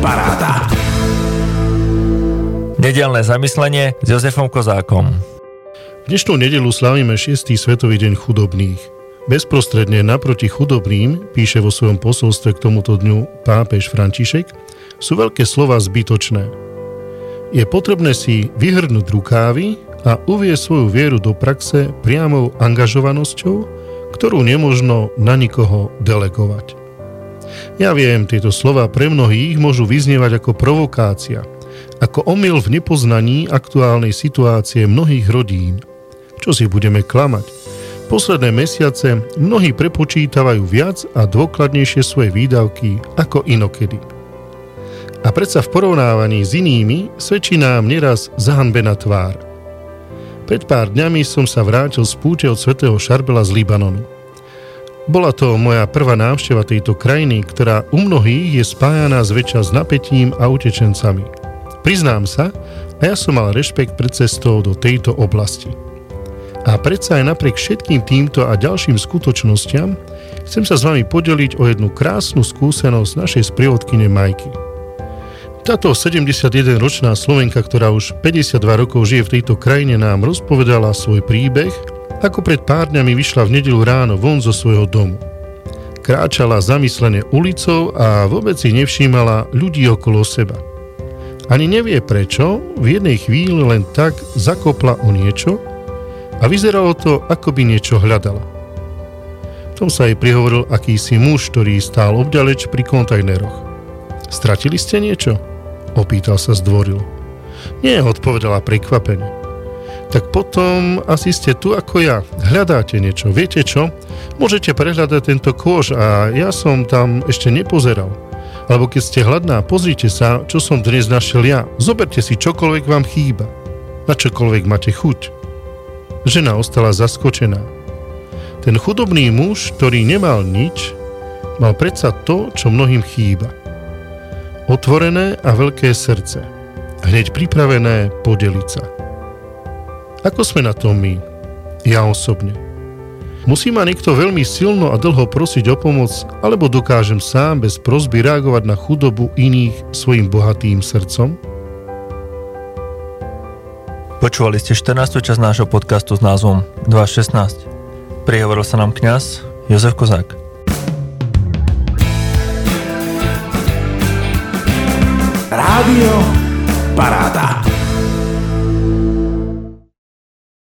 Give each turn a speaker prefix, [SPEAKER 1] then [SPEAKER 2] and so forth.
[SPEAKER 1] Paráda.
[SPEAKER 2] Nedeľné zamyslenie s Jozefom Kozákom.
[SPEAKER 3] V dnešnú nedeľu slávime 6. Svetový deň chudobných. Bezprostredne naproti chudobným, píše vo svojom posolstve k tomuto dňu pápež František, sú veľké slová zbytočné. Je potrebné si vyhrnúť rukávy a uviesť svoju vieru do praxe priamou angažovanosťou, ktorú nemožno na nikoho delegovať. Ja viem, tieto slová pre mnohých môžu vyznievať ako provokácia, ako omyl v nepoznaní aktuálnej situácie mnohých rodín. Čo si budeme klamať? Posledné mesiace mnohí prepočítavajú viac a dôkladnejšie svoje výdavky ako inokedy. A predsa v porovnávaní s inými svedčí nám neraz zahanbená tvár. Pred pár dňami som sa vrátil z púte od svätého Šarbela z Libanonu. Bola to moja prvá návšteva tejto krajiny, ktorá u mnohých je spájaná zväčša s napätím a utečencami. Priznám sa, a ja som mal rešpekt pred cestou do tejto oblasti. A predsa aj napriek všetkým týmto a ďalším skutočnostiam chcem sa s vami podeliť o jednu krásnu skúsenosť našej sprievodkyne Majky. Táto 71-ročná Slovenka, ktorá už 52 rokov žije v tejto krajine, nám rozpovedala svoj príbeh, ako pred pár dňami vyšla v nedeľu ráno von zo svojho domu. Kráčala zamyslene ulicou a vôbec si nevšímala ľudí okolo seba. Ani nevie prečo, v jednej chvíli len tak zakopla o niečo a vyzeralo to, ako by niečo hľadala. V tom sa jej prihovoril akýsi muž, ktorý stál obďaleč pri kontajneroch. Stratili ste niečo? Opýtal sa zdvorilo. Nie, odpovedala prekvapene. Tak potom asi ste tu ako ja. Hľadáte niečo. Viete čo? Môžete prehľadať tento kôš a ja som tam ešte nepozeral. Alebo keď ste hladná, pozrite sa, čo som dnes našiel ja. Zoberte si čokoľvek vám chýba. Na čokoľvek máte chuť. Žena ostala zaskočená. Ten chudobný muž, ktorý nemal nič, mal predsa to, čo mnohým chýba. Otvorené a veľké srdce. Hneď pripravené podeliť sa. Ako sme na tom my? Ja osobne. Musí ma niekto veľmi silno a dlho prosiť o pomoc, alebo dokážem sám bez prosby reagovať na chudobu iných svojim bohatým srdcom?
[SPEAKER 2] Počúvali ste 14. časť nášho podcastu s názvom 2.16. Prihovoril sa nám kňaz Jozef Kozák.
[SPEAKER 1] Rádio Paráda.